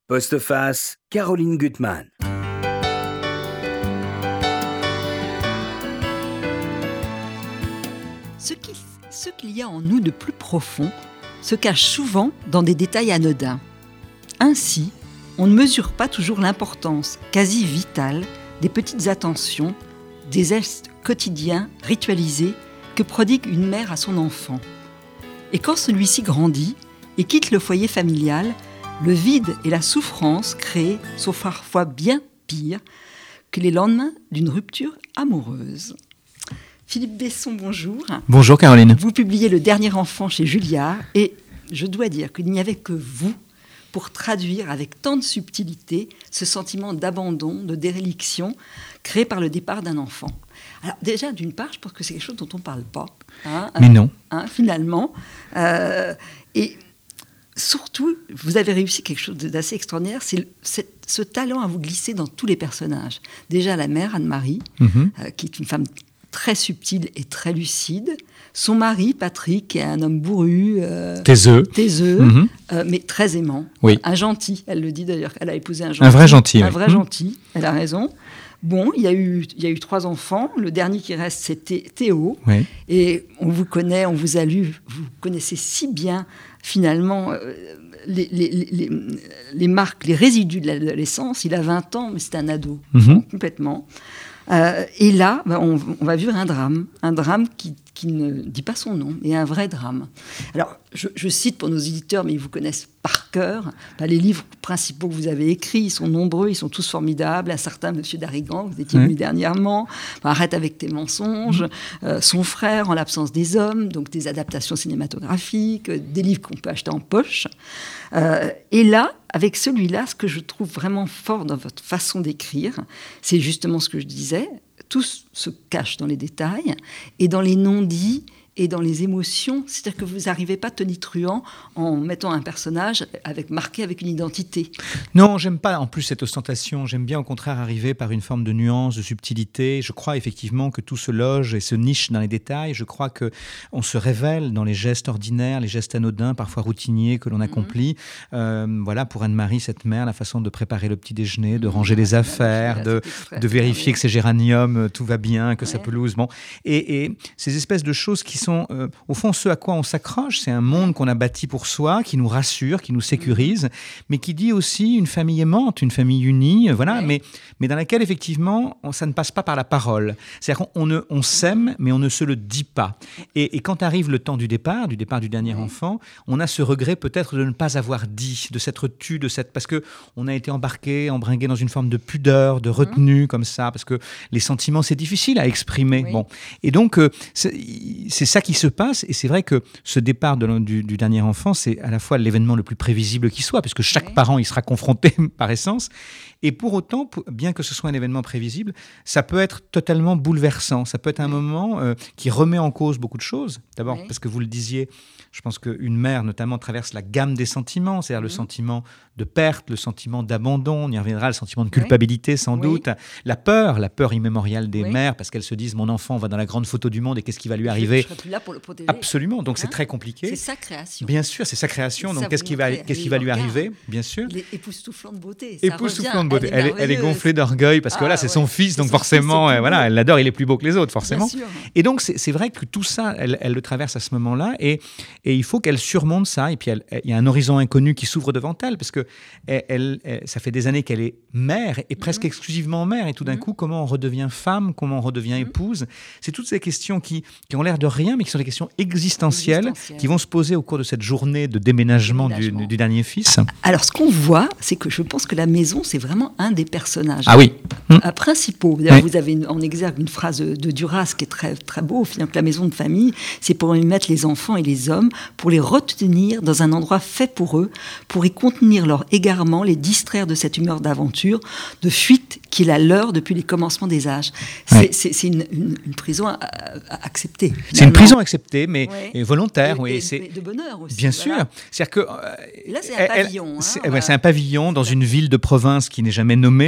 Postface, Caroline Gutmann. Ce qu'il y a en nous de plus profond se cache souvent dans des détails anodins. Ainsi, on ne mesure pas toujours l'importance quasi vitale des petites attentions, des gestes quotidiens ritualisés que prodigue une mère à son enfant. Et quand celui-ci grandit et quitte le foyer familial, le vide et la souffrance créés sont parfois bien pires que les lendemains d'une rupture amoureuse. Philippe Besson, bonjour. Bonjour Caroline. Vous publiez Le Dernier Enfant chez Julliard et je dois dire qu'il n'y avait que vous pour traduire avec tant de subtilité ce sentiment d'abandon, de déréliction créé par le départ d'un enfant. Alors déjà, d'une part, je pense que c'est quelque chose dont on ne parle pas. Mais non. Finalement. Et surtout, vous avez réussi quelque chose d'assez extraordinaire, c'est ce talent à vous glisser dans tous les personnages. Déjà la mère, Anne-Marie, qui est une femme très subtile et très lucide. Son mari, Patrick, qui est un homme bourru, taiseux, mais très aimant. Oui. Un gentil, elle le dit d'ailleurs, elle a épousé un gentil. Un vrai gentil. Un vrai gentil, elle a raison. Bon, il y a eu 3 enfants. Le dernier qui reste, c'est Théo. Oui. Et on vous connaît, on vous a lu, vous connaissez si bien, finalement, les marques, les résidus de l'adolescence. Il a 20 ans, mais c'est un ado, complètement. Et là, on va vivre un drame qui ne dit pas son nom, mais un vrai drame. Alors, je cite pour nos éditeurs, mais ils vous connaissent par cœur, les livres principaux que vous avez écrits, ils sont nombreux, ils sont tous formidables. Un certain Monsieur Darrigan, que vous étiez venu dernièrement, Arrête avec tes mensonges, Son frère, En l'absence des hommes, donc des adaptations cinématographiques, des livres qu'on peut acheter en poche. Et là, avec celui-là, ce que je trouve vraiment fort dans votre façon d'écrire, c'est justement ce que je disais, tout se cache dans les détails et dans les non-dits et dans les émotions. C'est-à-dire que vous n'arrivez pas tonitruant en mettant un personnage marqué avec une identité. Non, j'aime pas en plus cette ostentation. J'aime bien au contraire arriver par une forme de nuance, de subtilité. Je crois effectivement que tout se loge et se niche dans les détails. Je crois qu'on se révèle dans les gestes ordinaires, les gestes anodins, parfois routiniers que l'on accomplit. Voilà, pour Anne-Marie, cette mère, la façon de préparer le petit déjeuner, de ranger les affaires, de vérifier que ses géraniums, tout va bien, que sa pelouse... Bon. Et ces espèces de choses qui sont au fond ce à quoi on s'accroche, c'est un monde qu'on a bâti pour soi, qui nous rassure, qui nous sécurise, mais qui dit aussi une famille aimante, une famille unie, voilà, mais dans laquelle effectivement ça ne passe pas par la parole. C'est-à-dire qu'on s'aime, mais on ne se le dit pas. Et quand arrive le temps du départ du dernier enfant, on a ce regret peut-être de ne pas avoir dit, de s'être tu, parce que on a été embringué dans une forme de pudeur, de retenue comme ça, parce que les sentiments c'est difficile à exprimer. Bon, et donc c'est ça qui se passe, et c'est vrai que ce départ du dernier enfant, c'est à la fois l'événement le plus prévisible qui soit, puisque chaque parent y sera confronté par essence, et pour autant, bien que ce soit un événement prévisible, ça peut être totalement bouleversant, ça peut être un moment qui remet en cause beaucoup de choses, d'abord parce que vous le disiez, je pense qu'une mère notamment traverse la gamme des sentiments, c'est-à-dire le sentiment de perte, le sentiment d'abandon, on y reviendra, le sentiment de culpabilité sans doute, la peur immémoriale des mères, parce qu'elles se disent mon enfant va dans la grande photo du monde et qu'est-ce qui va lui arriver ? Je ne serai plus là pour le protéger. Absolument, donc c'est très compliqué. C'est sa création. Bien sûr, c'est sa création, donc qu'est-ce qui va lui arriver ? Bien sûr. Elle est époustouflante de beauté. Époustouflante de beauté. Elle est gonflée d'orgueil parce que voilà, c'est son fils, donc forcément, elle l'adore, il est plus beau que les autres, forcément. Et donc c'est vrai que tout ça, elle le traverse à ce moment-là, et il faut qu'elle surmonte ça, et puis il y a un horizon inconnu qui s'ouvre devant elle, parce que ça fait des années qu'elle est mère, et presque exclusivement mère, et tout d'un coup, comment on redevient femme, comment on redevient épouse, c'est toutes ces questions qui ont l'air de rien, mais qui sont des questions existentielles, qui vont se poser au cours de cette journée de déménagement du dernier fils. Alors, ce qu'on voit, c'est que je pense que la maison, c'est vraiment un des personnages principaux. D'ailleurs, vous avez en exergue une phrase de Duras qui est très, très beau, finalement, que la maison de famille, c'est pour y mettre les enfants et les hommes, pour les retenir dans un endroit fait pour eux, pour y contenir leur égarement, les distraire de cette humeur d'aventure, de fuite qui est la leur depuis les commencements des âges. C'est une prison acceptée. C'est une prison acceptée, mais volontaire. Et de bonheur aussi. Bien sûr. C'est-à-dire que là, c'est un pavillon. C'est un pavillon dans une ville de province qui n'est jamais nommée.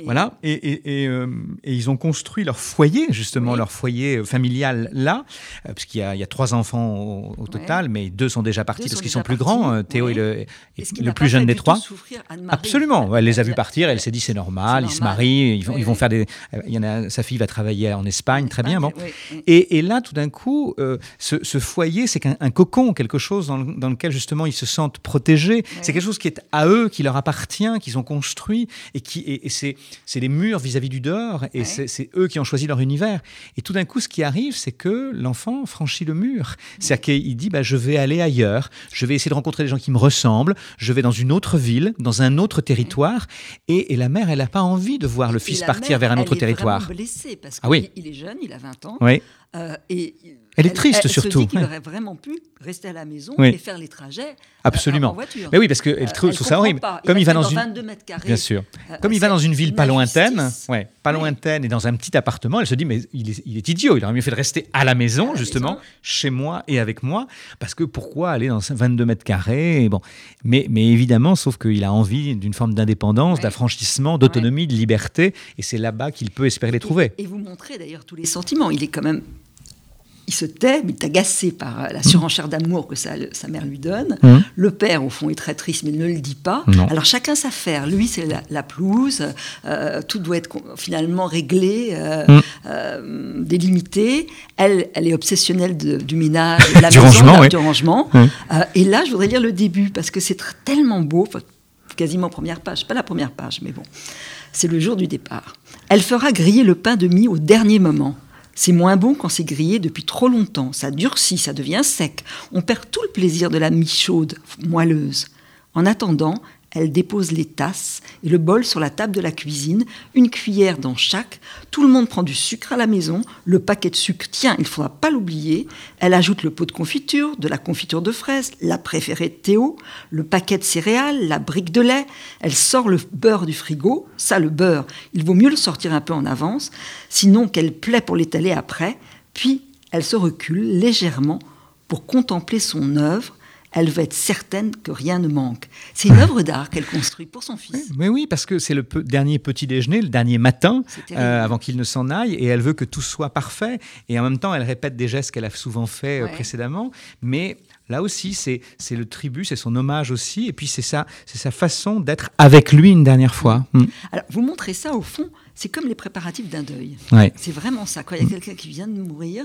Voilà. Et ils ont construit leur foyer, justement, leur foyer familial là, puisqu'il y a 3 enfants au total, mais 2 sont déjà partis parce qu'ils sont plus grands. Théo est le plus jeune des 3. Absolument. Elle les a vus partir. Elle s'est dit c'est normal. Ils se marient. Ils vont faire des. Sa fille va travailler en Espagne. Très bien. Bon. Et là, tout d'un coup, ce foyer, c'est un cocon, quelque chose dans lequel justement ils se sentent protégés. C'est quelque chose qui est à eux, qui leur appartient, qu'ils ont construit, et c'est les murs vis-à-vis du dehors, et c'est eux qui ont choisi leur univers. Et tout d'un coup, ce qui arrive, c'est que l'enfant franchit le mur. C'est-à-dire qu'il dit je vais aller ailleurs, je vais essayer de rencontrer des gens qui me ressemblent, je vais dans une autre ville, dans un autre territoire, et la mère, elle n'a pas envie de voir le fils partir vers un autre territoire. Elle est blessée parce qu'il est jeune, il a 20 ans, et elle est triste surtout. Elle se dit qu'il aurait vraiment pu rester à la maison et faire les trajets en voiture. Mais oui, parce qu'elle trouve ça horrible. Comme il va dans 22 mètres carrés. Bien sûr. Comme il va dans une ville pas lointaine, lointaine, et dans un petit appartement, elle se dit mais il est idiot. Il aurait mieux fait de rester à la maison, justement, chez moi et avec moi, parce que pourquoi aller dans 22 mètres carrés mais évidemment, sauf qu'il a envie d'une forme d'indépendance, d'affranchissement, d'autonomie, de liberté, et c'est là-bas qu'il peut espérer les trouver. Et vous montrez d'ailleurs tous les sentiments. Il est quand même... Il se tait, mais il est agacé par la surenchère d'amour que sa mère lui donne. Le père, au fond, est très triste, mais ne le dit pas. Non. Alors, chacun sa affaire. Lui, c'est la pelouse. Tout doit être finalement réglé, délimité. Elle est obsessionnelle du ménage, de la maison, du rangement. Et là, je voudrais lire le début, parce que c'est tellement beau, quasiment première page. Pas la première page, mais bon. C'est le jour du départ. Elle fera griller le pain de mie au dernier moment. C'est moins bon quand c'est grillé depuis trop longtemps. Ça durcit, ça devient sec. On perd tout le plaisir de la mie chaude, moelleuse. En attendant, elle dépose les tasses et le bol sur la table de la cuisine, une cuillère dans chaque. Tout le monde prend du sucre à la maison. Le paquet de sucre, tiens, il ne faudra pas l'oublier. Elle ajoute le pot de confiture, de la confiture de fraises, la préférée de Théo, le paquet de céréales, la brique de lait. Elle sort le beurre du frigo. Ça, le beurre, il vaut mieux le sortir un peu en avance, sinon qu'elle plaît pour l'étaler après. Puis, elle se recule légèrement pour contempler son œuvre. Elle veut être certaine que rien ne manque. C'est une œuvre d'art qu'elle construit pour son fils. Oui, parce que c'est le dernier petit déjeuner, le dernier matin, avant qu'il ne s'en aille, et elle veut que tout soit parfait. Et en même temps, elle répète des gestes qu'elle a souvent faits précédemment. Mais là aussi, c'est le tribut, c'est son hommage aussi. Et puis, c'est sa façon d'être avec lui une dernière fois. Alors, vous montrez ça, au fond, c'est comme les préparatifs d'un deuil. C'est vraiment ça. Quand il y a quelqu'un qui vient de mourir...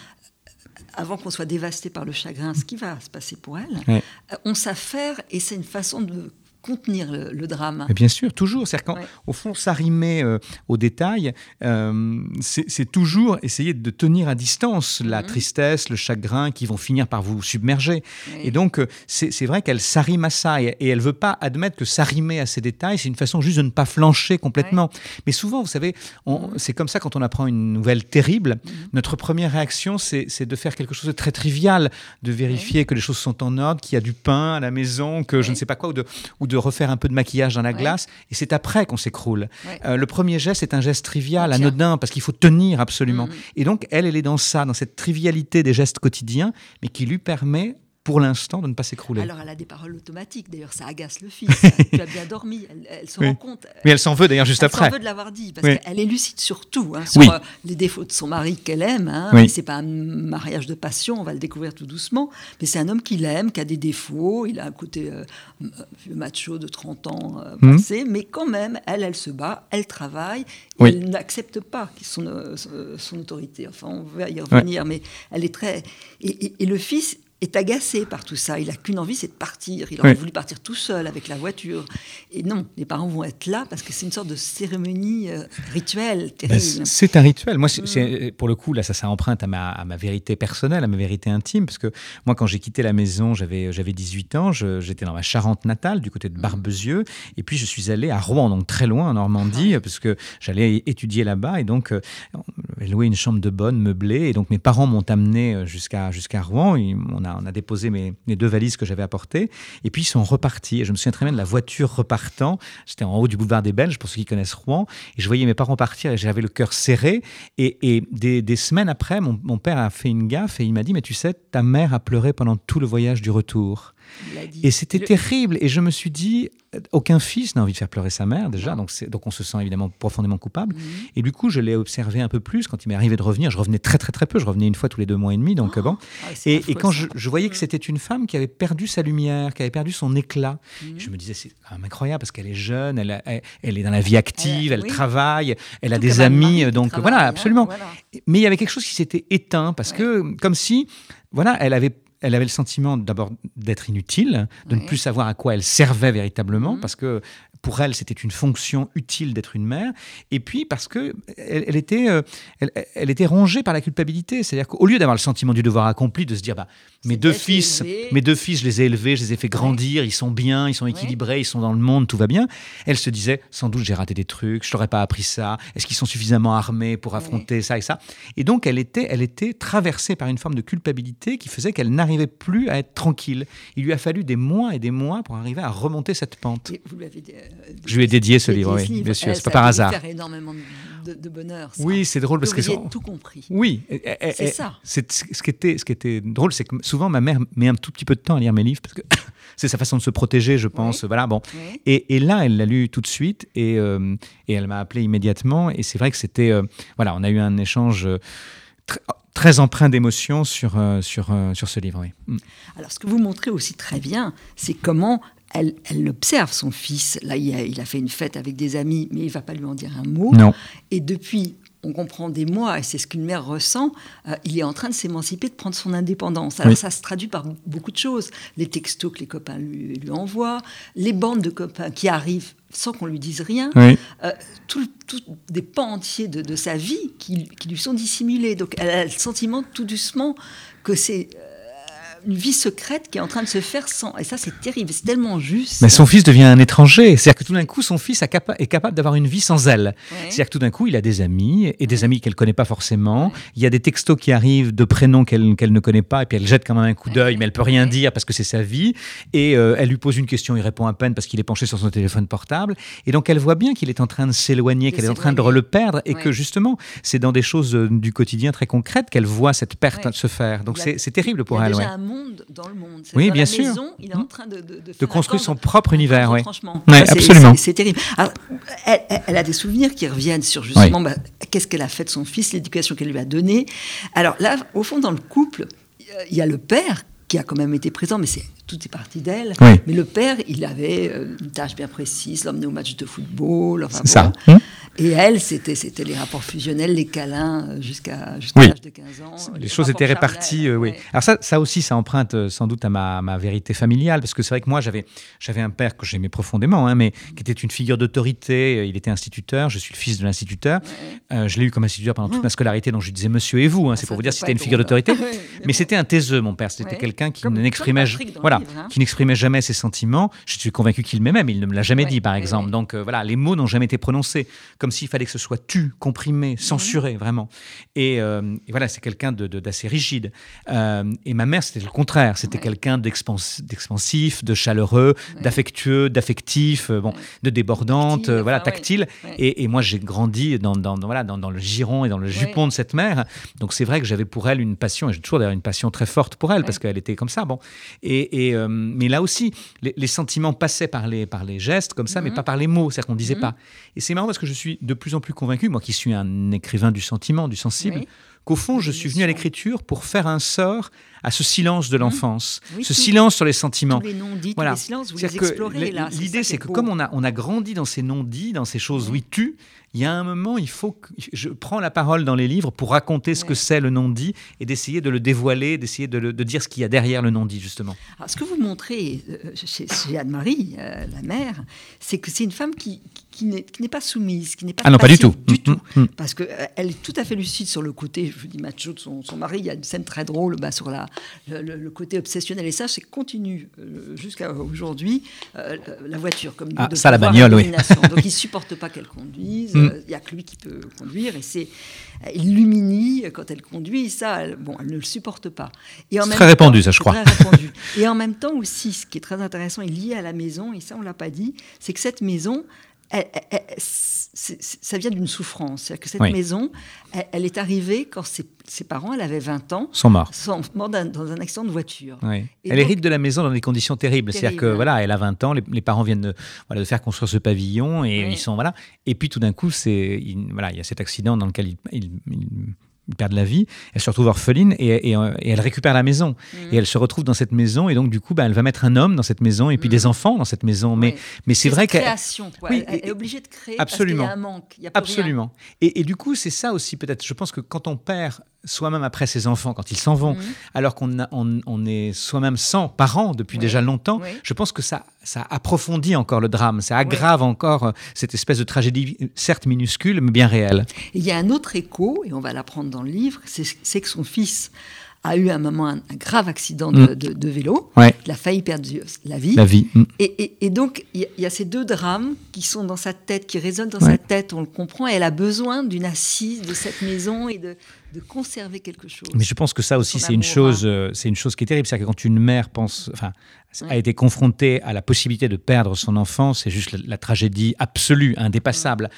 avant qu'on soit dévasté par le chagrin, ce qui va se passer pour elle, on s'affaire, et c'est une façon de contenir le drame. Mais bien sûr, toujours. C'est-à-dire qu'au fond, s'arrimer aux détails, c'est toujours essayer de tenir à distance la tristesse, le chagrin qui vont finir par vous submerger. Et donc, c'est vrai qu'elle s'arrime à ça, et elle ne veut pas admettre que s'arrimer à ces détails, c'est une façon juste de ne pas flancher complètement. Mais souvent, vous savez, c'est comme ça quand on apprend une nouvelle terrible, notre première réaction, c'est de faire quelque chose de très trivial, de vérifier que les choses sont en ordre, qu'il y a du pain à la maison, que je ne sais pas quoi, ou de refaire un peu de maquillage dans la glace, et c'est après qu'on s'écroule. Le premier geste est un geste trivial, anodin, parce qu'il faut tenir absolument. Et donc, elle est dans ça, dans cette trivialité des gestes quotidiens, mais qui lui permet, pour l'instant, de ne pas s'écrouler. Alors, elle a des paroles automatiques. D'ailleurs, ça agace le fils. Tu as bien dormi. Elle se rend compte. Mais elle s'en veut d'ailleurs juste après. Elle s'en veut de l'avoir dit, parce qu'elle est lucide sur tout, sur les défauts de son mari qu'elle aime. C'est pas un mariage de passion, on va le découvrir tout doucement. Mais c'est un homme qu'il aime, qui a des défauts. Il a un côté macho de 30 ans passé. Mais quand même, elle se bat, elle travaille. Elle n'accepte pas son autorité. Enfin, on va y revenir. Mais elle est très... Et le fils est agacé par tout ça. Il n'a qu'une envie, c'est de partir. Il aurait voulu partir tout seul avec la voiture. Et non, les parents vont être là parce que c'est une sorte de cérémonie rituelle terrible. C'est un rituel. Moi, pour le coup, là, ça emprunte à ma vérité personnelle, à ma vérité intime. Parce que moi, quand j'ai quitté la maison, j'avais 18 ans. J'étais dans ma Charente natale, du côté de Barbezieux. Et puis, je suis allé à Rouen, donc très loin, en Normandie, parce que j'allais étudier là-bas. Et donc, on avait loué une chambre de bonne, meublée. Et donc, mes parents m'ont amené jusqu'à Rouen. On a déposé mes 2 valises que j'avais apportées, et puis ils sont repartis. Et je me souviens très bien de la voiture repartant. J'étais en haut du boulevard des Belges, pour ceux qui connaissent Rouen, et je voyais mes parents partir, et j'avais le cœur serré. Et des semaines après, mon père a fait une gaffe, et il m'a dit « Mais tu sais, ta mère a pleuré pendant tout le voyage du retour. » Il l'a dit. Et c'était terrible. Et je me suis dit, aucun fils n'a envie de faire pleurer sa mère, déjà. Donc on se sent évidemment profondément coupable. Et du coup, je l'ai observé un peu plus. Quand il m'est arrivé de revenir, je revenais très, très, très peu. Je revenais une fois tous les 2 mois et demi. Donc bon. Et quand je voyais que c'était une femme qui avait perdu sa lumière, qui avait perdu son éclat, je me disais, c'est quand même incroyable parce qu'elle est jeune, elle est dans la vie active, elle travaille, elle a des amis. Donc voilà, absolument. Voilà. Mais il y avait quelque chose qui s'était éteint parce que, comme si, voilà, elle avait le sentiment d'abord d'être inutile, de ne plus savoir à quoi elle servait véritablement, parce que pour elle, c'était une fonction utile d'être une mère, et puis parce que elle était rongée par la culpabilité. C'est-à-dire qu'au lieu d'avoir le sentiment du devoir accompli, de se dire mes deux fils, je les ai élevés, je les ai fait grandir, ils sont bien, ils sont équilibrés, ils sont dans le monde, tout va bien. Elle se disait, sans doute j'ai raté des trucs, je t'aurais pas appris ça, est-ce qu'ils sont suffisamment armés pour affronter ça et ça? Et donc elle était traversée par une forme de culpabilité qui faisait qu'elle n'arrivait plus à être tranquille. Il lui a fallu des mois et des mois pour arriver à remonter cette pente. Et vous lui avez je lui ai dédié ce livre, oui, bien sûr, c'est pas par hasard. Ça a énormément de bonheur. Ça. Oui, c'est drôle parce que vous avez tout compris. Oui, c'est ça. Ce qui était drôle, c'est que souvent ma mère met un tout petit peu de temps à lire mes livres parce que c'est sa façon de se protéger, je pense. Voilà, bon. Oui. Et là, elle l'a lu tout de suite et elle m'a appelé immédiatement. Et c'est vrai que c'était, voilà, on a eu un échange très empreint d'émotion sur ce livre. Oui. Alors, ce que vous montrez aussi très bien, c'est comment elle observe son fils. Là, il a fait une fête avec des amis, mais il ne va pas lui en dire un mot. Non. Et depuis, on comprend des mois, et c'est ce qu'une mère ressent, il est en train de s'émanciper, de prendre son indépendance. Alors ça se traduit par beaucoup de choses. Les textos que les copains lui envoient, les bandes de copains qui arrivent sans qu'on lui dise rien, tout des pans entiers de sa vie qui lui sont dissimulés. Donc elle a le sentiment tout doucement que c'est une vie secrète qui est en train de se faire sans. Et ça, c'est terrible, c'est tellement juste. Mais son fils devient un étranger. C'est-à-dire que tout d'un coup, son fils est capable d'avoir une vie sans elle. Ouais. C'est-à-dire que tout d'un coup, il a des amis, et des amis qu'elle ne connaît pas forcément. Ouais. Il y a des textos qui arrivent de prénoms qu'elle ne connaît pas, et puis elle jette quand même un coup d'œil, mais elle ne peut rien dire parce que c'est sa vie. Et elle lui pose une question, il répond à peine parce qu'il est penché sur son téléphone portable. Et donc, elle voit bien qu'il est en train de s'éloigner, qu'elle est en train de le perdre, et que justement, c'est dans des choses du quotidien très concrètes qu'elle voit cette perte se faire. Donc, c'est terrible pour elle. Dans le monde. Oui, dans bien la sûr. Maison, il est en train de construire son propre univers. Oui, absolument. C'est terrible. Alors, elle a des souvenirs qui reviennent sur justement qu'est-ce qu'elle a fait de son fils, l'éducation qu'elle lui a donnée. Alors là, au fond, dans le couple, il y a le père qui a quand même été présent, mais tout est parti d'elle. Oui. Mais le père, il avait une tâche bien précise, l'emmener au match de football. Enfin, c'est ça. Et elle, c'était les rapports fusionnels, les câlins jusqu'à l'âge de 15 ans. Les choses étaient réparties, oui. Alors ça aussi, ça emprunte sans doute à ma vérité familiale, parce que c'est vrai que moi, j'avais un père que j'aimais profondément, mais qui était une figure d'autorité. Il était instituteur, je suis le fils de l'instituteur. Je l'ai eu comme instituteur pendant toute ma scolarité, donc je lui disais monsieur et vous, c'est pour vous dire que c'était une figure d'autorité. Mais c'était un taiseux, mon père. C'était quelqu'un qui n'exprimait jamais ses sentiments. Je suis convaincu qu'il m'aimait, mais il ne me l'a jamais dit, par exemple. Donc voilà, les mots n'ont jamais été prononcés. Comme s'il fallait que ce soit comprimé, censuré, vraiment. Et voilà, c'est quelqu'un d'assez rigide. Et ma mère, c'était le contraire. C'était quelqu'un d'expansif, de chaleureux, d'affectueux, d'affectif, de débordante, tactile. Et moi, j'ai grandi dans le giron et dans le jupon de cette mère. Donc c'est vrai que j'avais pour elle une passion, et j'ai toujours d'ailleurs une passion très forte pour elle, parce qu'elle était comme ça. Bon. Mais là aussi, les sentiments passaient par les gestes, comme ça, mais pas par les mots. C'est-à-dire qu'on ne disait pas. Et c'est marrant parce que je suis de plus en plus convaincu, moi qui suis un écrivain du sentiment, du sensible, qu'au fond, je suis venu à l'écriture pour faire un sort à ce silence de l'enfance, silence sur les sentiments. Tous les non-dits, tous les silences, vous les explorez là. L'idée, c'est que comme on a grandi dans ces non-dits, dans ces choses oui-tu, il y a un moment, il faut que je prends la parole dans les livres pour raconter ce que c'est le non-dit et d'essayer de le dévoiler, d'essayer de dire ce qu'il y a derrière le non-dit, justement. Alors, ce que vous montrez chez Anne-Marie, la mère, c'est que c'est une femme qui n'est pas soumise, qui n'est pas non, pas du tout. Parce qu'elle est tout à fait lucide sur le côté, je vous dis, macho de son mari. Il y a une scène très drôle sur le côté obsessionnel, et ça, c'est continu jusqu'à aujourd'hui. La voiture, comme ça, la bagnole, oui. Donc, il ne supporte pas qu'elle conduise. Il n'y a que lui qui peut conduire, et il l'humilie quand elle conduit. Ça, elle ne le supporte pas. Et c'est très répandu, ça, je crois. Très répandu. Et en même temps aussi, ce qui est très intéressant et lié à la maison, et ça, on ne l'a pas dit, c'est que cette maison, ça vient d'une souffrance. C'est-à-dire que cette maison, elle est arrivée quand ses parents, elle avait 20 ans, sont morts dans un accident de voiture. Oui. Elle hérite de la maison dans des conditions terribles. C'est-à-dire que elle a 20 ans, les parents viennent de faire construire ce pavillon et ils sont Et puis tout d'un coup, il y a cet accident dans lequel ils perdent la vie, elle se retrouve orpheline et elle récupère la maison. Et elle se retrouve dans cette maison et donc du coup, elle va mettre un homme dans cette maison et puis des enfants dans cette maison. Mais c'est vrai qu'elle... création, quoi. Elle est obligée de créer absolument. Parce qu'il y a un manque, il y a plus absolument. Rien. Et du coup, c'est ça aussi peut-être. Je pense que quand on perd soi-même après ses enfants, quand ils s'en vont, alors qu'on est soi-même sans parents depuis déjà longtemps, je pense que ça approfondit encore le drame, ça aggrave encore cette espèce de tragédie, certes minuscule, mais bien réelle. Et il y a un autre écho, et on va l'apprendre dans le livre, c'est que son fils a eu à un moment un grave accident de vélo. Il a failli perdre la vie. Et donc, il y a ces deux drames qui sont dans sa tête, qui résonnent dans sa tête, on le comprend, et elle a besoin d'une assise de cette maison et de conserver quelque chose. Mais je pense que ça aussi, c'est une chose qui est terrible. C'est-à-dire que quand une mère a été confrontée à la possibilité de perdre son enfant, c'est juste la tragédie absolue, indépassable.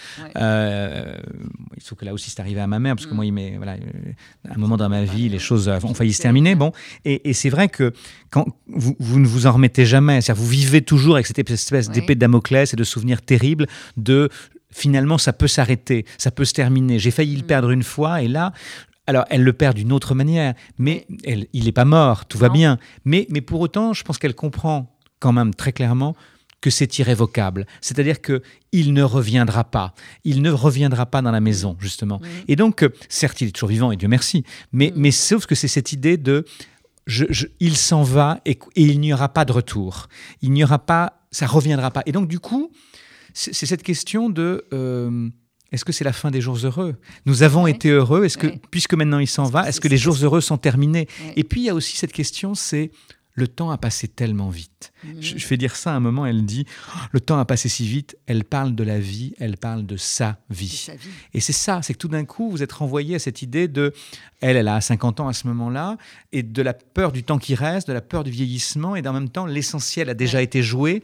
Il faut que là aussi c'est arrivé à ma mère, parce que moi, à un moment dans ma vie, les choses ont failli se terminer. Bon, et c'est vrai que quand vous ne vous en remettez jamais, c'est-à-dire vous vivez toujours avec cette espèce d'épée de Damoclès et de souvenirs terribles de finalement ça peut s'arrêter, ça peut se terminer. J'ai failli le perdre une fois et là. Alors, elle le perd d'une autre manière, mais il n'est pas mort, tout va bien. Mais pour autant, je pense qu'elle comprend quand même très clairement que c'est irrévocable. C'est-à-dire qu'il ne reviendra pas. Il ne reviendra pas dans la maison, justement. Et donc, certes, il est toujours vivant, et Dieu merci, mais sauf que c'est cette idée de... il s'en va et il n'y aura pas de retour. Il n'y aura pas... Ça ne reviendra pas. Et donc, du coup, c'est cette question de... est-ce que c'est la fin des jours heureux ? Nous avons été heureux. Est-ce que, puisque maintenant il s'en va, est-ce que les jours heureux sont terminés ? Et puis il y a aussi cette question, c'est le temps a passé tellement vite. Je fais dire ça à un moment, elle dit le temps a passé si vite. Elle parle de la vie, elle parle de sa vie. Et c'est ça, c'est que tout d'un coup vous êtes renvoyé à cette idée de elle a 50 ans à ce moment-là, et de la peur du temps qui reste, de la peur du vieillissement, et en même temps l'essentiel a déjà été joué.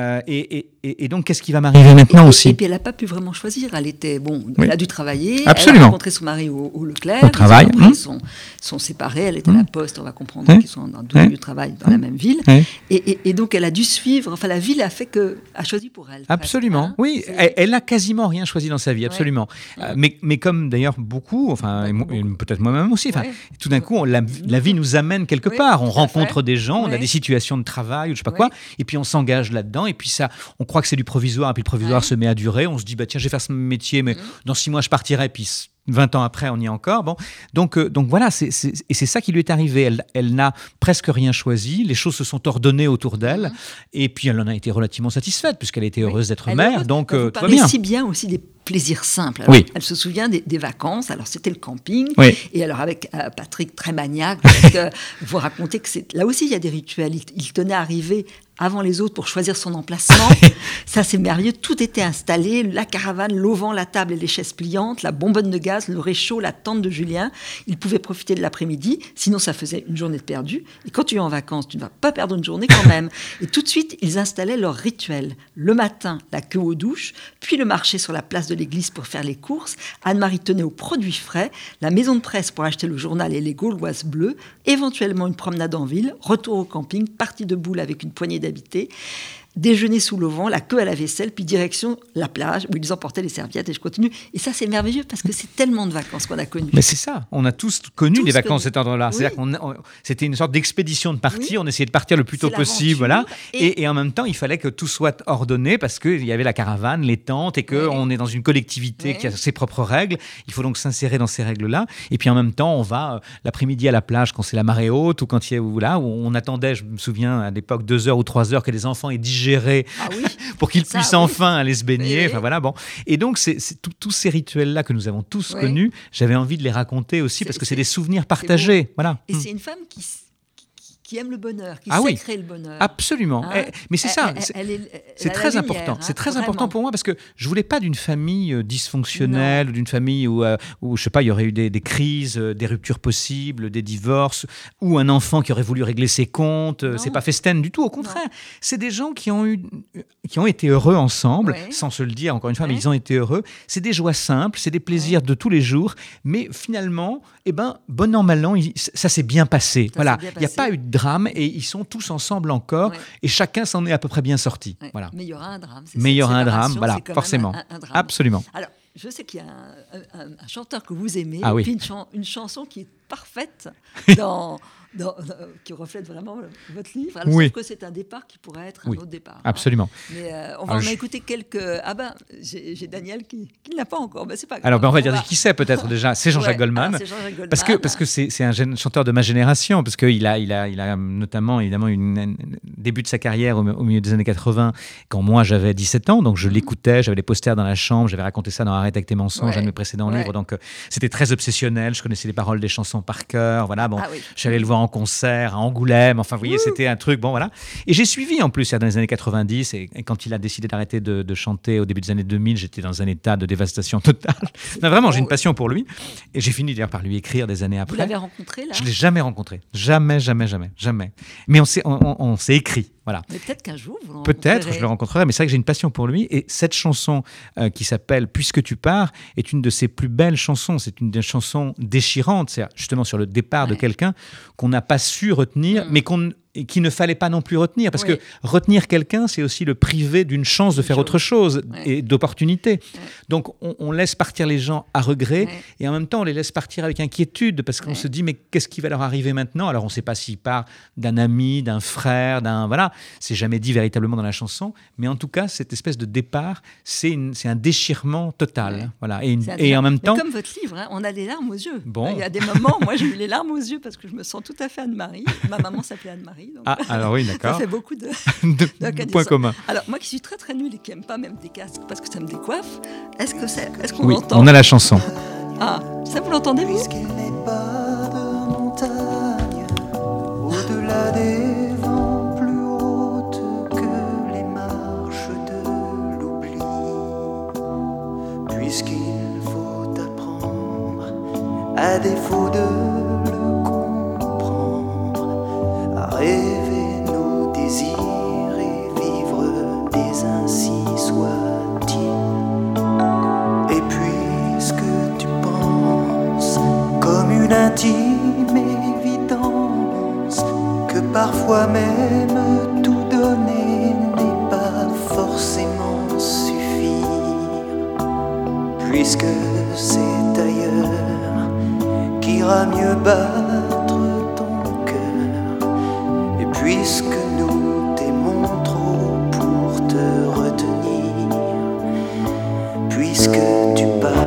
Et donc qu'est-ce qui va m'arriver maintenant aussi ? Et puis elle n'a pas pu vraiment choisir. Elle était elle a dû travailler. Absolument. Elle a rencontré son mari au Leclerc. Au travail. Ils sont séparés. Elle était à la Poste. On va comprendre qu'ils sont dans deux lieux de travail dans la même ville. Et donc elle a dû suivre. Enfin, la ville a choisi pour elle. Absolument. Oui, elle n'a quasiment rien choisi dans sa vie. Absolument. Mais comme d'ailleurs beaucoup, et peut-être moi-même aussi. Tout d'un coup, la vie nous amène quelque part. On rencontre des gens, on a des situations de travail, ou je sais pas quoi, et puis on s'engage là-dedans. Et puis ça, on croit que c'est du provisoire, et puis le provisoire se met à durer. On se dit tiens, je vais faire ce métier, mais dans 6 mois je partirai. Puis 20 ans après, on y est encore. Bon, donc voilà, c'est ça qui lui est arrivé. Elle n'a presque rien choisi. Les choses se sont ordonnées autour d'elle, et puis elle en a été relativement satisfaite puisqu'elle était heureuse d'être mère. Donc tout va bien. Si bien aussi des plaisirs simples. Alors, elle se souvient des vacances. Alors c'était le camping. Et alors avec Patrick très maniaque, parce que vous racontez que là aussi il y a des rituels. Il tenait à arriver avant les autres pour choisir son emplacement. Ça, c'est merveilleux. Tout était installé, la caravane, l'auvent, la table et les chaises pliantes, la bonbonne de gaz, le réchaud, la tente de Julien. Il pouvait profiter de l'après-midi, sinon ça faisait une journée de perdue. Et quand tu es en vacances, tu ne vas pas perdre une journée quand même. Et tout de suite, ils installaient leur rituel. Le matin, la queue aux douches, puis le marché sur la place de l'église pour faire les courses. Anne-Marie tenait aux produits frais, la maison de presse pour acheter le journal et les Gauloises bleues, éventuellement une promenade en ville, retour au camping, partie de boule avec une poignée d'habiter, déjeuner sous l'auvent, la queue à la vaisselle, puis direction la plage où ils emportaient les serviettes, et je continue. Et ça, c'est merveilleux parce que c'est tellement de vacances qu'on a connues. Mais c'est ça, on a tous connu des vacances à cet endroit-là. C'est-à-dire c'était une sorte d'expédition de partie, on essayait de partir le plus tôt possible, voilà. Et en même temps, il fallait que tout soit ordonné parce qu'il y avait la caravane, les tentes, et qu'on est dans une collectivité qui a ses propres règles. Il faut donc s'insérer dans ces règles-là. Et puis en même temps, on va l'après-midi à la plage quand c'est la marée haute, ou quand il y a, où on attendait, je me souviens à l'époque, 2 heures ou 3 heures que les enfants aient digéré pour qu'ils puissent enfin aller se baigner. Enfin, voilà, bon. Et donc, c'est tous ces rituels-là que nous avons tous connus, j'avais envie de les raconter aussi parce que c'est des souvenirs partagés. Voilà. Et c'est une femme qui aime le bonheur, qui sait créer le bonheur. Absolument. Mais c'est ça. C'est très important. C'est très important pour moi parce que je voulais pas d'une famille dysfonctionnelle, ou d'une famille où je sais pas, il y aurait eu des crises, des ruptures possibles, des divorces, ou un enfant qui aurait voulu régler ses comptes. C'est pas Festen du tout. Au contraire, c'est des gens qui ont été heureux ensemble, sans se le dire encore une fois, mais ils ont été heureux. C'est des joies simples, c'est des plaisirs de tous les jours, mais finalement, bon an mal an, ça s'est bien passé. Voilà, il n'y a pas eu de drame et ils sont tous ensemble encore et chacun s'en est à peu près bien sorti. Voilà. Mais il y aura un drame. Mais il y aura un drame, voilà, forcément. Un drame. Absolument. Alors, je sais qu'il y a un chanteur que vous aimez, et puis une chanson qui est parfaite qui reflète vraiment votre livre. Alors, sauf que c'est un départ qui pourrait être un autre départ. Absolument. Mais on va en écouter quelques. J'ai Daniel qui ne l'a pas encore. C'est pas grave. Alors, on va dire qui c'est peut-être déjà. C'est Jean-Jacques Goldman. C'est Jean-Jacques Goldman. Parce que c'est un chanteur de ma génération, parce qu'il a notamment évidemment début de sa carrière au milieu des années 80, quand moi j'avais 17 ans, donc je l'écoutais, j'avais les posters dans la chambre, j'avais raconté ça dans Arrête avec tes mensonges, un de mes précédents livres, donc c'était très obsessionnel, je connaissais les paroles des chansons par cœur, voilà, j'allais le voir en concert à Angoulême, enfin vous voyez, c'était un truc, voilà. Et j'ai suivi en plus dans les années 90, et quand il a décidé d'arrêter de chanter au début des années 2000, j'étais dans un état de dévastation totale. Non, vraiment, j'ai une passion pour lui, et j'ai fini d'ailleurs par lui écrire des années après. Vous l'avez rencontré là ? Je l'ai jamais rencontré, jamais. Mais on s'est écrit. Voilà. Mais peut-être qu'un jour, vous le rencontrerez. Peut-être, je le rencontrerai, mais c'est vrai que j'ai une passion pour lui. Et cette chanson qui s'appelle « Puisque tu pars » est une de ses plus belles chansons. C'est une des chansons déchirantes, c'est justement sur le départ de quelqu'un qu'on n'a pas su retenir, mais qu'il ne fallait pas non plus retenir. Parce que retenir quelqu'un, c'est aussi le priver d'une chance de faire autre chose et d'opportunités. Donc, on laisse partir les gens à regret et en même temps, on les laisse partir avec inquiétude parce qu'on se dit, mais qu'est-ce qui va leur arriver maintenant ? Alors, on ne sait pas s'il part d'un ami, d'un frère, voilà. C'est jamais dit véritablement dans la chanson. Mais en tout cas, cette espèce de départ, c'est un déchirement total. Voilà. Et en même temps... Mais comme votre livre, on a les larmes aux yeux. Bon. Il y a des moments, moi, j'ai eu les larmes aux yeux parce que je me sens tout à fait Anne-Marie. Ma maman s'appelait Anne-Marie. Donc alors oui, d'accord. Ça fait beaucoup de points communs. Alors, moi qui suis très très nulle et qui n'aime pas même des casques parce que ça me décoiffe, est-ce qu'on l'entend ? On a la chanson. Ah, ça vous l'entendez, vous ? Puisqu'il n'est pas de montagne au-delà des vents plus hautes que les marches de l'oubli, puisqu'il faut apprendre à défaut de le comprendre à rêver nos désirs et vivre des ainsi soit-il. Et puisque tu penses comme une intime évidence que parfois même tout donner n'est pas forcément suffire, puisque c'est ailleurs qu'ira mieux battre ton cœur, et puisque nous t'aimons trop pour te retenir, puisque tu pars.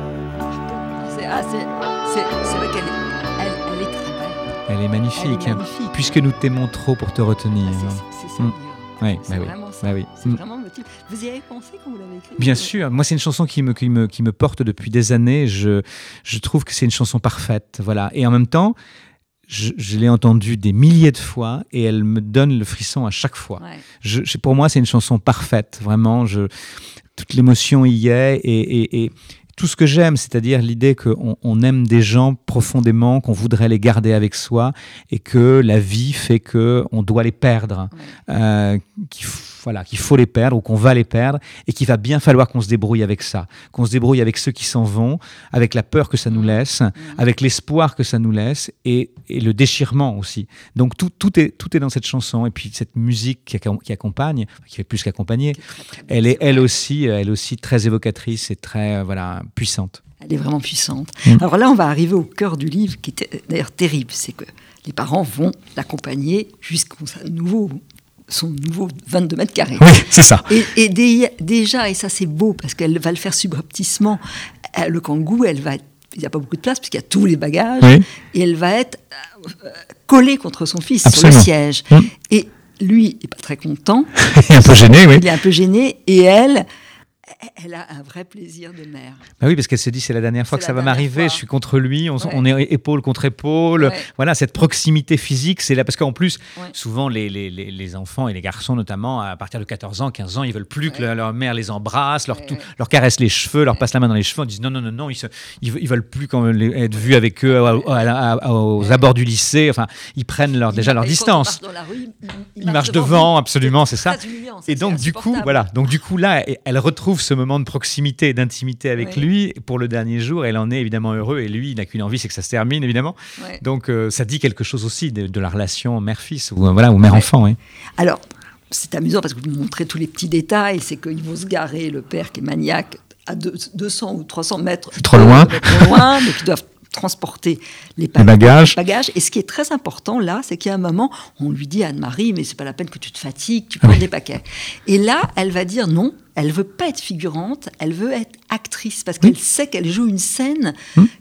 C'est vrai qu'elle est très belle. Elle est magnifique. Puisque nous t'aimons trop pour te retenir. C'est ça. C'est vraiment ça. C'est vraiment le motif. Vous y avez pensé quand vous l'avez écrit ? Bien sûr. Moi, c'est une chanson qui me porte depuis des années. Je trouve que c'est une chanson parfaite. Voilà. Et en même temps, je l'ai entendue des milliers de fois et elle me donne le frisson à chaque fois. Pour moi, c'est une chanson parfaite. Vraiment, toute l'émotion y est et tout ce que j'aime, c'est-à-dire l'idée qu'on aime des gens profondément, qu'on voudrait les garder avec soi et que la vie fait qu'on doit les perdre, qu'il faut les perdre ou qu'on va les perdre et qu'il va bien falloir qu'on se débrouille avec ça, qu'on se débrouille avec ceux qui s'en vont, avec la peur que ça nous laisse, avec l'espoir que ça nous laisse et le déchirement aussi. Donc tout est dans cette chanson et puis cette musique qui accompagne, qui fait plus qu'accompagner, elle est elle aussi très évocatrice et très puissante. Elle est vraiment puissante. Alors là, on va arriver au cœur du livre, qui est d'ailleurs terrible. C'est que les parents vont l'accompagner jusqu'au son nouveau 22 mètres carrés. Oui, c'est ça. Et déjà, et ça c'est beau, parce qu'elle va le faire subrepticement, le Kangoo, il n'y a pas beaucoup de place, puisqu'il y a tous les bagages, et elle va être collée contre son fils. Absolument. Sur le siège. Et lui, il n'est pas très content. Il est un peu gêné, oui. Il est un peu gêné, et elle Elle a un vrai plaisir de mère. Bah oui, parce qu'elle se dit c'est la dernière fois que ça va m'arriver, je suis contre lui, on est épaule contre épaule. Ouais. Voilà, cette proximité physique, c'est là parce qu'en plus, souvent les enfants et les garçons notamment, à partir de 14 ans, 15 ans, ils veulent plus que leur mère les embrasse, leur caresse les cheveux, leur passe la main dans les cheveux, ils disent non, ils veulent plus être vus avec eux aux abords du lycée. Enfin, ils prennent leur distance. Quand on marche dans la rue, ils marchent devant, absolument, c'est ça. Humiliant, et donc du coup, là, elle retrouve ce moment de proximité et d'intimité avec lui pour le dernier jour. Elle en est évidemment heureux et lui, il n'a qu'une envie, c'est que ça se termine évidemment. Ouais. Donc ça dit quelque chose aussi de la relation mère-fils ou mère-enfant. Ouais. Alors, c'est amusant parce que vous montrez tous les petits détails. C'est qu'il vont se garer, le père qui est maniaque, à 200 ou 300 mètres. C'est trop loin. Donc ils doivent transporter les bagages. Et ce qui est très important là, c'est qu'il y a un moment, on lui dit à Anne-Marie, mais c'est pas la peine que tu te fatigues, tu prends des paquets. Et là, elle va dire non, elle veut pas être figurante, elle veut être actrice parce qu'elle sait qu'elle joue une scène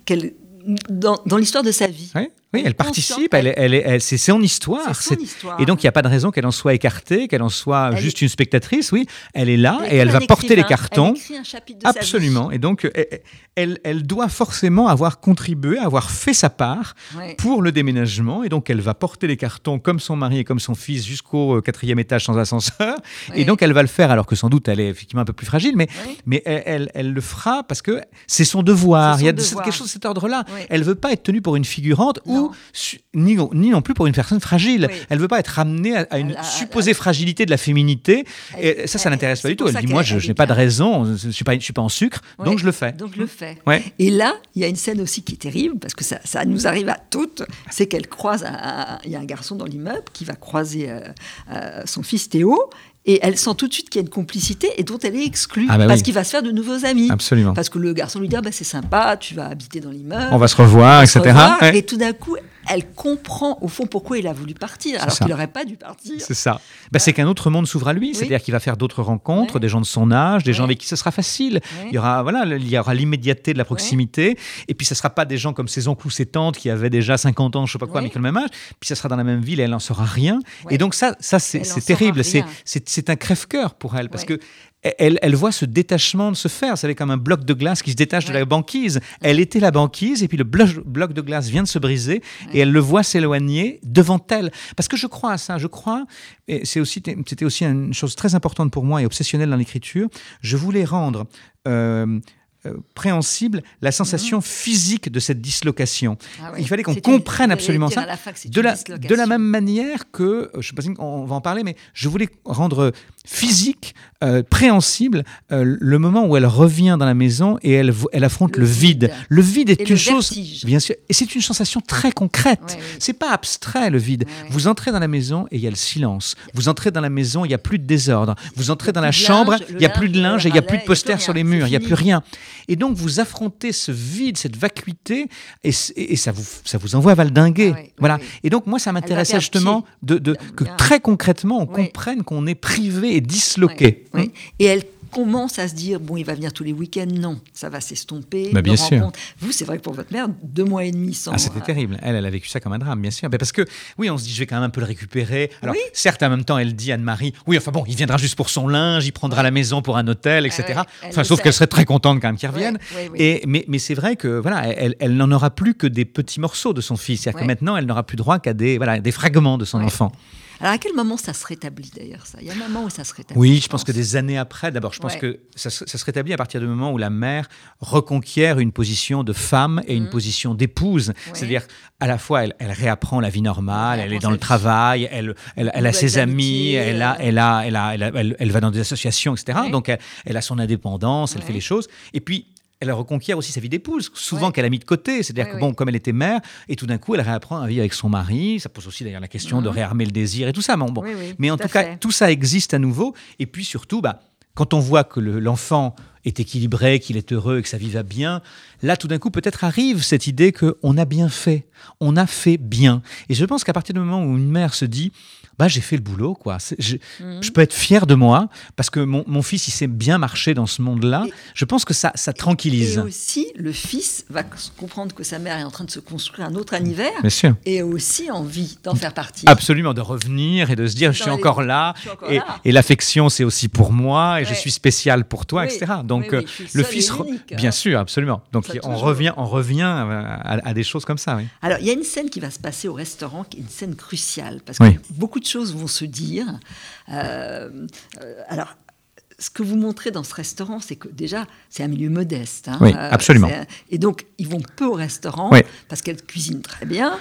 dans l'histoire de sa vie. Oui, elle participe, c'est son histoire. Et donc, il n'y a pas de raison qu'elle en soit écartée, qu'elle en soit juste une spectatrice. Oui, elle est là et elle va porter les cartons. Elle écrit un chapitre de absolument. sa vie. Et donc, elle doit forcément avoir contribué, avoir fait sa part pour le déménagement. Et donc, elle va porter les cartons comme son mari et comme son fils jusqu'au 4e étage sans ascenseur. Et donc, elle va le faire alors que sans doute, elle est effectivement un peu plus fragile. Mais elle le fera parce que c'est son devoir. Il y a quelque chose de cet ordre-là. Elle ne veut pas être tenue pour une figurante ni non plus pour une personne fragile. Elle ne veut pas être ramenée à une supposée fragilité de la féminité. Et ça l'intéresse pas du tout. Elle dit, moi, je n'ai pas de raison, je ne suis pas en sucre, donc je le fais. Et là, il y a une scène aussi qui est terrible, parce que ça nous arrive à toutes, c'est qu'elle croise, il y a un garçon dans l'immeuble qui va croiser son fils Théo, et elle sent tout de suite qu'il y a une complicité et dont elle est exclue, parce qu'il va se faire de nouveaux amis. Absolument. Parce que le garçon lui dit, c'est sympa, tu vas habiter dans l'immeuble. On va se revoir, etc. Et tout d'un coup, elle comprend au fond pourquoi il a voulu partir, alors qu'il n'aurait pas dû partir. C'est ça. C'est qu'un autre monde s'ouvre à lui, c'est-à-dire qu'il va faire d'autres rencontres, des gens de son âge, des gens avec qui ce sera facile. Il y aura l'immédiateté de la proximité, et puis ce ne sera pas des gens comme ses oncles ou ses tantes qui avaient déjà 50 ans, je ne sais pas quoi, mais qui ont le même âge, puis ça sera dans la même ville et elle n'en saura rien. Et donc ça c'est terrible, c'est un crève-cœur pour elle, parce que elle voit ce détachement de se faire. C'est comme un bloc de glace qui se détache de la banquise. Elle était la banquise et puis le bloc de glace vient de se briser et elle le voit s'éloigner devant elle. Parce que je crois à ça. Et c'était aussi une chose très importante pour moi et obsessionnelle dans l'écriture. Je voulais rendre préhensible la sensation physique de cette dislocation. Il fallait qu'on comprenne absolument ça. De la même manière que, je ne sais pas si on va en parler, mais je voulais rendre physique, préhensible, le moment où elle revient dans la maison et elle affronte le vide. Le vide est une chose, bien sûr, et c'est une sensation très concrète. C'est pas abstrait, le vide. Vous entrez dans la maison et il y a le silence. Vous entrez dans la maison, il n'y a plus de désordre. Vous entrez dans la chambre, il n'y a plus de linge et il n'y a plus de posters sur les murs. Il n'y a plus rien. Et donc, vous affrontez ce vide, cette vacuité, et ça vous envoie valdinguer. Voilà. Et donc, moi, ça m'intéressait justement que très concrètement, on comprenne qu'on est privé et disloqué. Et elle commence à se dire, il va venir tous les week-ends. Non, ça va s'estomper. Bien sûr. Vous, c'est vrai que pour votre mère, 2 mois et demi sans... c'était terrible. Elle a vécu ça comme un drame, bien sûr. Parce que, on se dit, je vais quand même un peu le récupérer. Alors, certes, en même temps, elle dit à Anne-Marie, il viendra juste pour son linge, il prendra la maison pour un hôtel, etc. Sauf qu'elle serait très contente quand même qu'il revienne. Mais c'est vrai que, elle n'en aura plus que des petits morceaux de son fils. C'est-à-dire que maintenant, elle n'aura plus droit qu'à des fragments de son enfant. Alors, à quel moment ça se rétablit, d'ailleurs, ça ? Il y a un moment où ça se rétablit. Oui, je pense que des années après, d'abord, je pense que ça se rétablit à partir du moment où la mère reconquiert une position de femme et une position d'épouse. C'est-à-dire, à la fois, elle réapprend la vie normale, elle est dans le travail, elle a ses amis, elle va dans des associations, etc. Donc, elle a son indépendance, elle fait les choses. Et puis, elle reconquiert aussi sa vie d'épouse, souvent qu'elle a mis de côté. C'est-à-dire que, comme elle était mère, et tout d'un coup, elle réapprend à vivre avec son mari. Ça pose aussi d'ailleurs la question de réarmer le désir et tout ça. Mais en tout cas, tout ça existe à nouveau. Et puis surtout, quand on voit que l'enfant est équilibré, qu'il est heureux et que sa vie va bien, là, tout d'un coup, peut-être arrive cette idée qu'on a bien fait, on a fait bien. Et je pense qu'à partir du moment où une mère se dit j'ai fait le boulot, quoi. Je peux être fier de moi parce que mon fils, il sait bien marcher dans ce monde-là. Je pense que ça tranquillise. Et aussi, le fils va comprendre que sa mère est en train de se construire un autre univers. Bien sûr. Et aussi envie d'en faire partie. Absolument, de revenir et de se dire je suis encore là. Et l'affection, c'est aussi pour moi et je suis spécial pour toi, etc. Donc le fils, bien sûr, absolument. Donc on revient à des choses comme ça. Oui. Alors il y a une scène qui va se passer au restaurant qui est une scène cruciale parce que beaucoup de choses vont se dire. Alors, ce que vous montrez dans ce restaurant, c'est que déjà, c'est un milieu modeste. Hein, oui, absolument. Et donc, ils vont peu au restaurant parce qu'elle cuisine très bien,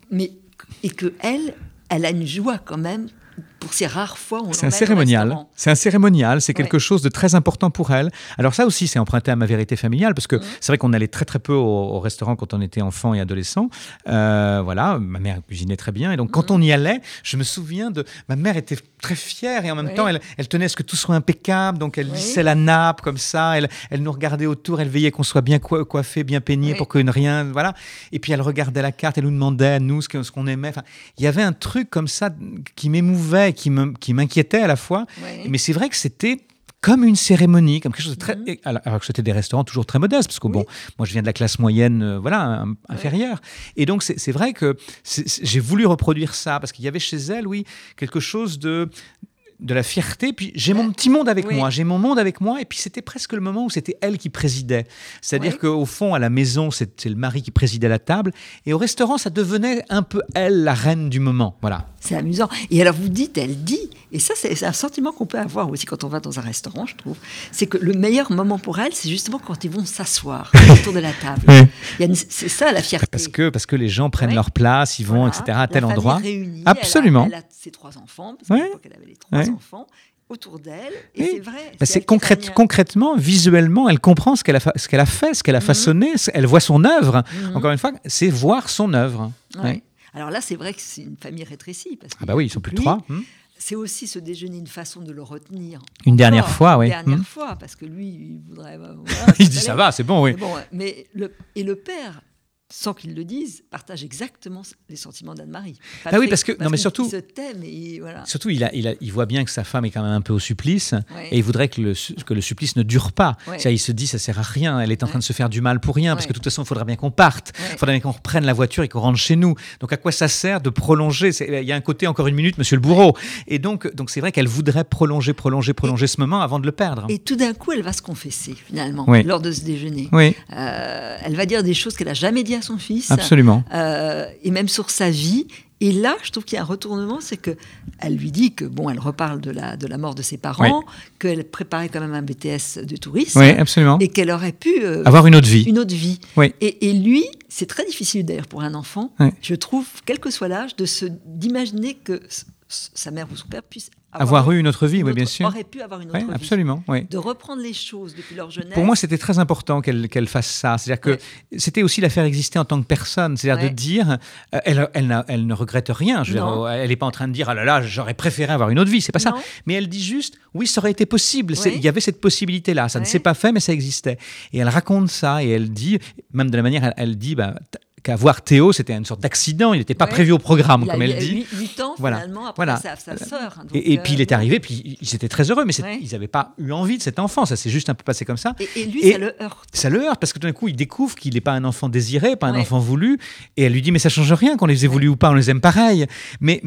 et qu'elle a une joie quand même. Pour ces rares fois où on c'est un cérémonial. C'est un cérémonial, c'est quelque chose de très important pour elle. Alors ça aussi, c'est emprunté à ma vérité familiale, parce que c'est vrai qu'on allait très très peu au restaurant quand on était enfant et adolescent. Voilà, ma mère cuisinait très bien, et donc quand on y allait, je me souviens de... Ma mère était très fière, et en même temps, elle tenait à ce que tout soit impeccable, donc elle lissait la nappe comme ça, elle nous regardait autour, elle veillait qu'on soit bien coiffé, bien peigné pour que rien... Voilà. Et puis elle regardait la carte, elle nous demandait à nous ce qu'on aimait. Enfin, il y avait un truc comme ça qui m'émouvait, qui m'inquiétait à la fois, mais c'est vrai que c'était comme une cérémonie, comme quelque chose de très... Alors que c'était des restaurants toujours très modestes, parce que moi je viens de la classe moyenne, inférieure. Et donc c'est vrai que j'ai voulu reproduire ça, parce qu'il y avait chez elle, quelque chose de la fierté, puis j'ai mon petit monde avec moi, j'ai mon monde avec moi, et puis c'était presque le moment où c'était elle qui présidait. C'est-à-dire qu'au fond, à la maison, c'est le mari qui présidait la table, et au restaurant, ça devenait un peu elle, la reine du moment. Voilà. C'est amusant. Et alors vous dites, elle dit, et ça c'est un sentiment qu'on peut avoir aussi quand on va dans un restaurant, je trouve, c'est que le meilleur moment pour elle, c'est justement quand ils vont s'asseoir autour de la table. C'est ça la fierté. Parce que les gens prennent leur place, ils vont, etc., à tel endroit. Réunie, absolument. Elle a ses 3 enfants, parce qu'à l'époque elle avait les 3 enfants autour d'elle, et c'est vrai. C'est concrètement, visuellement, elle comprend ce qu'elle a fait, ce qu'elle a façonné, elle voit son œuvre. Encore une fois, c'est voir son œuvre. Alors là, c'est vrai que c'est une famille rétrécie. Parce ils sont plus de 3. C'est aussi ce déjeuner une façon de le retenir. Une dernière fois, oui. Une dernière fois, parce que lui, il voudrait... il se dit, ça va, c'est bon, oui. Mais le père... sans qu'ils le disent, partage exactement les sentiments d'Anne-Marie. Mais surtout, il se t'aime et voilà. Surtout, il voit bien que sa femme est quand même un peu au supplice, et il voudrait que le supplice ne dure pas. Il se dit, ça sert à rien, elle est en train de se faire du mal pour rien, parce que de toute façon, il faudra bien qu'on parte, il faudra bien qu'on reprenne la voiture et qu'on rentre chez nous. Donc à quoi ça sert de prolonger ? Il y a un côté, encore une minute, monsieur le bourreau. Et donc c'est vrai qu'elle voudrait prolonger ce moment avant de le perdre. Et tout d'un coup, elle va se confesser, finalement, lors de ce déjeuner. Elle va dire des choses qu'elle n'a jamais dit à son fils. Absolument. Et même sur sa vie. Et là, je trouve qu'il y a un retournement, c'est qu'elle lui dit que, elle reparle de la mort de ses parents, qu'elle préparait quand même un BTS de tourisme. Oui, absolument. Et qu'elle aurait pu... avoir une autre vie. Oui. Et lui, c'est très difficile d'ailleurs pour un enfant, je trouve, quel que soit l'âge, d'imaginer que sa mère ou son père puisse avoir eu une autre vie, oui, bien sûr. Aurait pu avoir une autre vie. Absolument, oui. De reprendre les choses depuis leur jeunesse. Pour moi, c'était très important qu'elle fasse ça. C'est-à-dire que c'était aussi la faire exister en tant que personne. C'est-à-dire de dire, elle ne regrette rien. Elle n'est pas en train de dire, ah là là, j'aurais préféré avoir une autre vie. C'est pas ça. Mais elle dit juste, oui, ça aurait été possible. Il y avait cette possibilité-là. Ça ne s'est pas fait, mais ça existait. Et elle raconte ça et elle dit, même de la manière, elle dit, qu'avoir Théo, c'était une sorte d'accident, il n'était pas prévu au programme, comme elle dit. 8 ans, finalement, après sa sœur. Et puis il est arrivé, puis ils étaient très heureux, mais ils n'avaient pas eu envie de cet enfant, ça s'est juste un peu passé comme ça. Et lui, ça le heurte. Ça le heurte, parce que tout d'un coup, il découvre qu'il n'est pas un enfant désiré, pas un enfant voulu, et elle lui dit, mais ça ne change rien, qu'on les ait voulu ou pas, on les aime pareil. Mais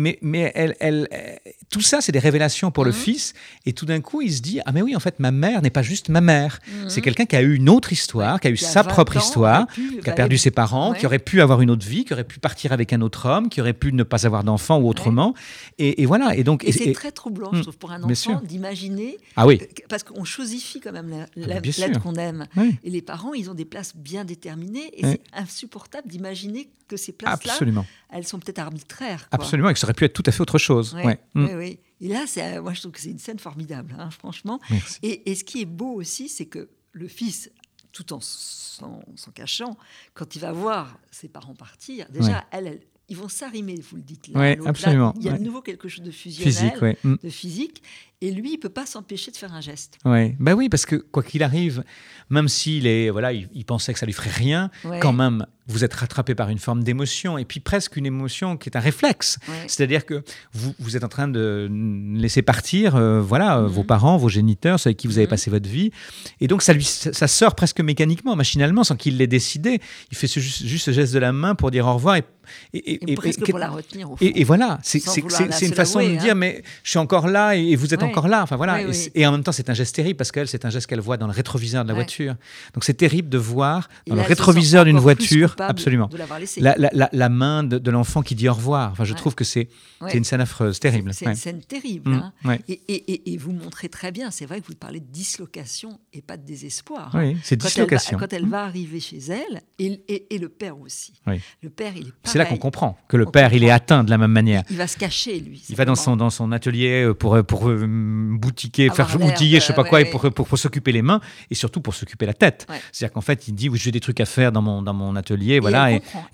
tout ça, c'est des révélations pour le fils, et tout d'un coup, il se dit, ah mais oui, en fait, ma mère n'est pas juste ma mère, c'est quelqu'un qui a eu une autre histoire, qui a eu sa propre histoire, qui a perdu ses parents, qui aurait pu avoir une autre vie, qui aurait pu partir avec un autre homme, qui aurait pu ne pas avoir d'enfant ou autrement. Et voilà. Et c'est très troublant, je trouve, pour un enfant d'imaginer. Parce qu'on chosifie quand même l'aide qu'on aime. Et les parents, ils ont des places bien déterminées. Et c'est insupportable d'imaginer que ces places-là, elles sont peut-être arbitraires. Absolument, et que ça aurait pu être tout à fait autre chose. Oui. Et là, moi, je trouve que c'est une scène formidable, franchement. Et ce qui est beau aussi, c'est que le fils, tout en s'en cachant, quand il va voir ses parents partir, déjà, ils vont s'arrimer, vous le dites là. Oui, absolument. Là, il y a de nouveau quelque chose de fusionnel, Physique, de physique, et lui, il ne peut pas s'empêcher de faire un geste. Oui, oui, parce que quoi qu'il arrive, même s'il il pensait que ça lui ferait rien, quand même, vous êtes rattrapé par une forme d'émotion, et puis presque une émotion qui est un réflexe. C'est-à-dire que vous êtes en train de laisser partir vos parents, vos géniteurs, ceux avec qui vous avez passé votre vie, et donc ça sort presque mécaniquement, machinalement, sans qu'il l'ait décidé. Il fait juste ce geste de la main pour dire au revoir, et presque pour la retenir au fond. Et voilà, c'est une façon de dire, mais je suis encore là et vous êtes encore là. Enfin voilà. Et en même temps, c'est un geste terrible parce qu'elle, c'est un geste qu'elle voit dans le rétroviseur de la voiture. Donc c'est terrible de voir dans le rétroviseur d'une voiture, absolument, la main de l'enfant qui dit au revoir. Enfin, je trouve que c'est une scène affreuse, terrible. C'est une scène terrible. Et vous montrez très bien. C'est vrai que vous parlez de dislocation et pas de désespoir. Oui, c'est dislocation. Quand elle va arriver chez elle, et le père aussi. Le père, il est pareil. C'est là qu'on comprend que le père, il est atteint de la même manière. Il va se cacher, lui. Il va dans son atelier pour boutiquer, faire outiller, je sais pas quoi, et pour s'occuper les mains et surtout pour s'occuper la tête. C'est-à-dire qu'en fait, il dit j'ai des trucs à faire dans mon atelier, voilà.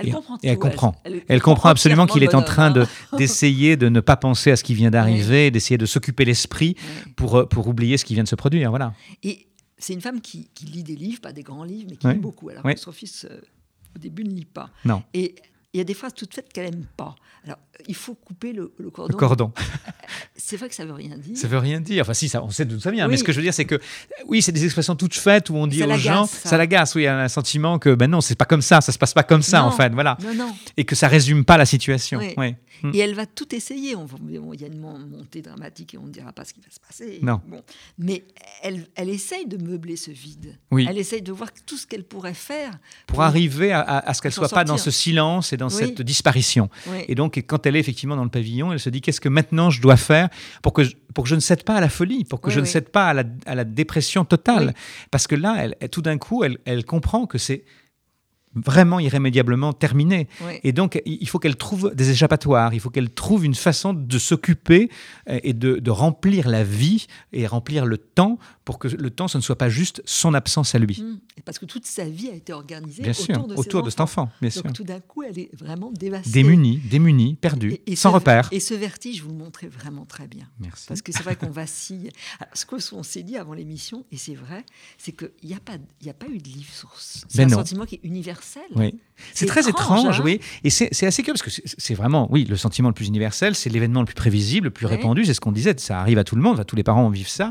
Elle comprend absolument qu'il est en train d'essayer de ne pas penser à ce qui vient d'arriver, d'essayer de s'occuper l'esprit pour oublier ce qui vient de se produire, voilà. Et c'est une femme qui lit des livres, pas des grands livres, mais qui lit beaucoup. Alors que son fils, au début, ne lit pas. Non. Et il y a des phrases toutes faites qu'elle n'aime pas. Alors, il faut couper le cordon. Le cordon. C'est vrai que ça ne veut rien dire. Ça ne veut rien dire. Enfin, si, on sait d'où ça vient. Mais ce que je veux dire, c'est que, oui, c'est des expressions toutes faites où on dit aux gens, ça l'agace. Oui, il y a un sentiment que, non, c'est pas comme ça, ça se passe pas comme ça, en fait. Voilà. Non. Et que ça résume pas la situation. Oui. Et elle va tout essayer. Il y a une montée dramatique et on ne dira pas ce qui va se passer. Non. Bon. Mais elle essaye de meubler ce vide. Oui. Elle essaye de voir tout ce qu'elle pourrait faire pour arriver à ce qu'elle ne soit pas dans ce silence et dans cette disparition. Et donc, quand elle est effectivement dans le pavillon, elle se dit qu'est-ce que maintenant je dois faire pour que je ne cède pas à la folie, pour que je ne cède pas à la dépression totale. Parce que là, tout d'un coup, elle comprend que c'est vraiment irrémédiablement terminé. Et donc, il faut qu'elle trouve des échappatoires, il faut qu'elle trouve une façon de s'occuper et de remplir la vie et remplir le temps pour que le temps, ce ne soit pas juste son absence à lui. Parce que toute sa vie a été organisée autour de cet enfant. Bien sûr. Donc tout d'un coup, elle est vraiment dévastée. Démunie, perdue, sans repère. Et ce vertige, vous le montrez vraiment très bien. Merci. Parce que c'est vrai qu'on vacille. Alors, ce qu'on s'est dit avant l'émission, et c'est vrai, c'est qu'il n'y a pas eu de livre sur ça. C'est un sentiment qui est universel. Oui. C'est très étrange, oui. Et c'est assez curieux, parce que c'est vraiment, le sentiment le plus universel, c'est l'événement le plus prévisible, le plus répandu, c'est ce qu'on disait, ça arrive à tout le monde, tous les parents vivent ça.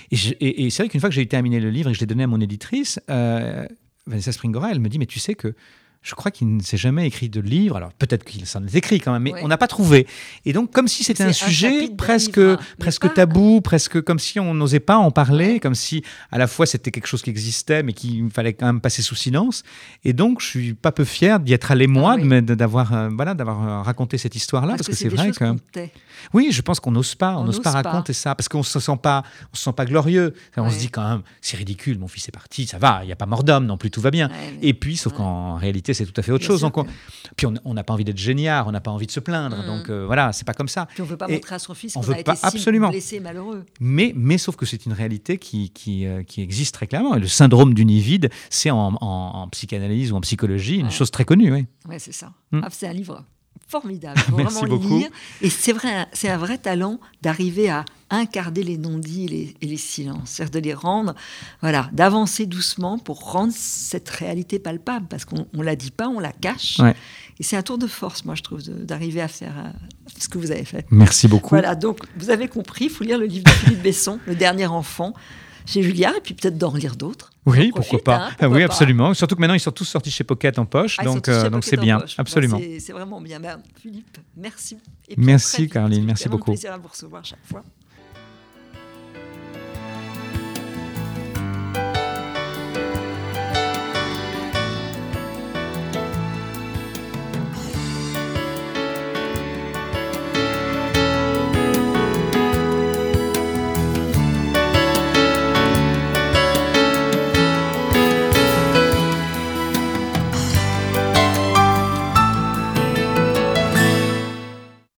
Et c'est vrai qu'une fois que j'ai terminé le livre et que je l'ai donné à mon éditrice, Vanessa Springora, elle me dit, mais tu sais que je crois qu'il ne s'est jamais écrit de livre. Alors peut-être qu'il s'en est écrit quand même, mais on n'a pas trouvé. Et donc comme si c'était un sujet presque tabou, presque comme si on n'osait pas en parler, comme si à la fois c'était quelque chose qui existait, mais qu'il fallait quand même passer sous silence. Et donc je suis pas peu fier d'y être allé moi, d'avoir raconté cette histoire-là, parce que c'est vrai que oui, je pense qu'on n'ose pas raconter ça, parce qu'on se sent pas glorieux. On se dit quand même, c'est ridicule, mon fils est parti, ça va, il y a pas mort d'homme non plus, tout va bien. Et puis sauf qu'en réalité c'est tout à fait autre chose. Puis on n'a pas envie d'être géniard, on n'a pas envie de se plaindre. Donc voilà, c'est pas comme ça. Puis on ne veut pas montrer à son fils qu'on a été si blessé, malheureux. Mais sauf que c'est une réalité qui existe très clairement. Et le syndrome du nid vide, c'est en psychanalyse ou en psychologie une chose très connue. Oui, c'est ça. C'est un livre formidable. Il faut vraiment le lire. Et c'est vrai, c'est un vrai talent d'arriver à incarner les non-dits et les silences, c'est-à-dire de les rendre, d'avancer doucement pour rendre cette réalité palpable, parce qu'on ne la dit pas, on la cache. Et c'est un tour de force, moi, je trouve, d'arriver à faire ce que vous avez fait. Merci beaucoup. Voilà, donc vous avez compris, il faut lire le livre de Philippe Besson, Le Dernier enfant, chez Julliard, et puis peut-être d'en relire d'autres. Oui, pourquoi pas. Oui, absolument. Surtout que maintenant, ils sont tous sortis chez Pocket en poche, donc c'est bien, absolument. C'est vraiment bien. Philippe, merci. Merci, Caroline, merci beaucoup. C'est un plaisir à vous recevoir chaque fois.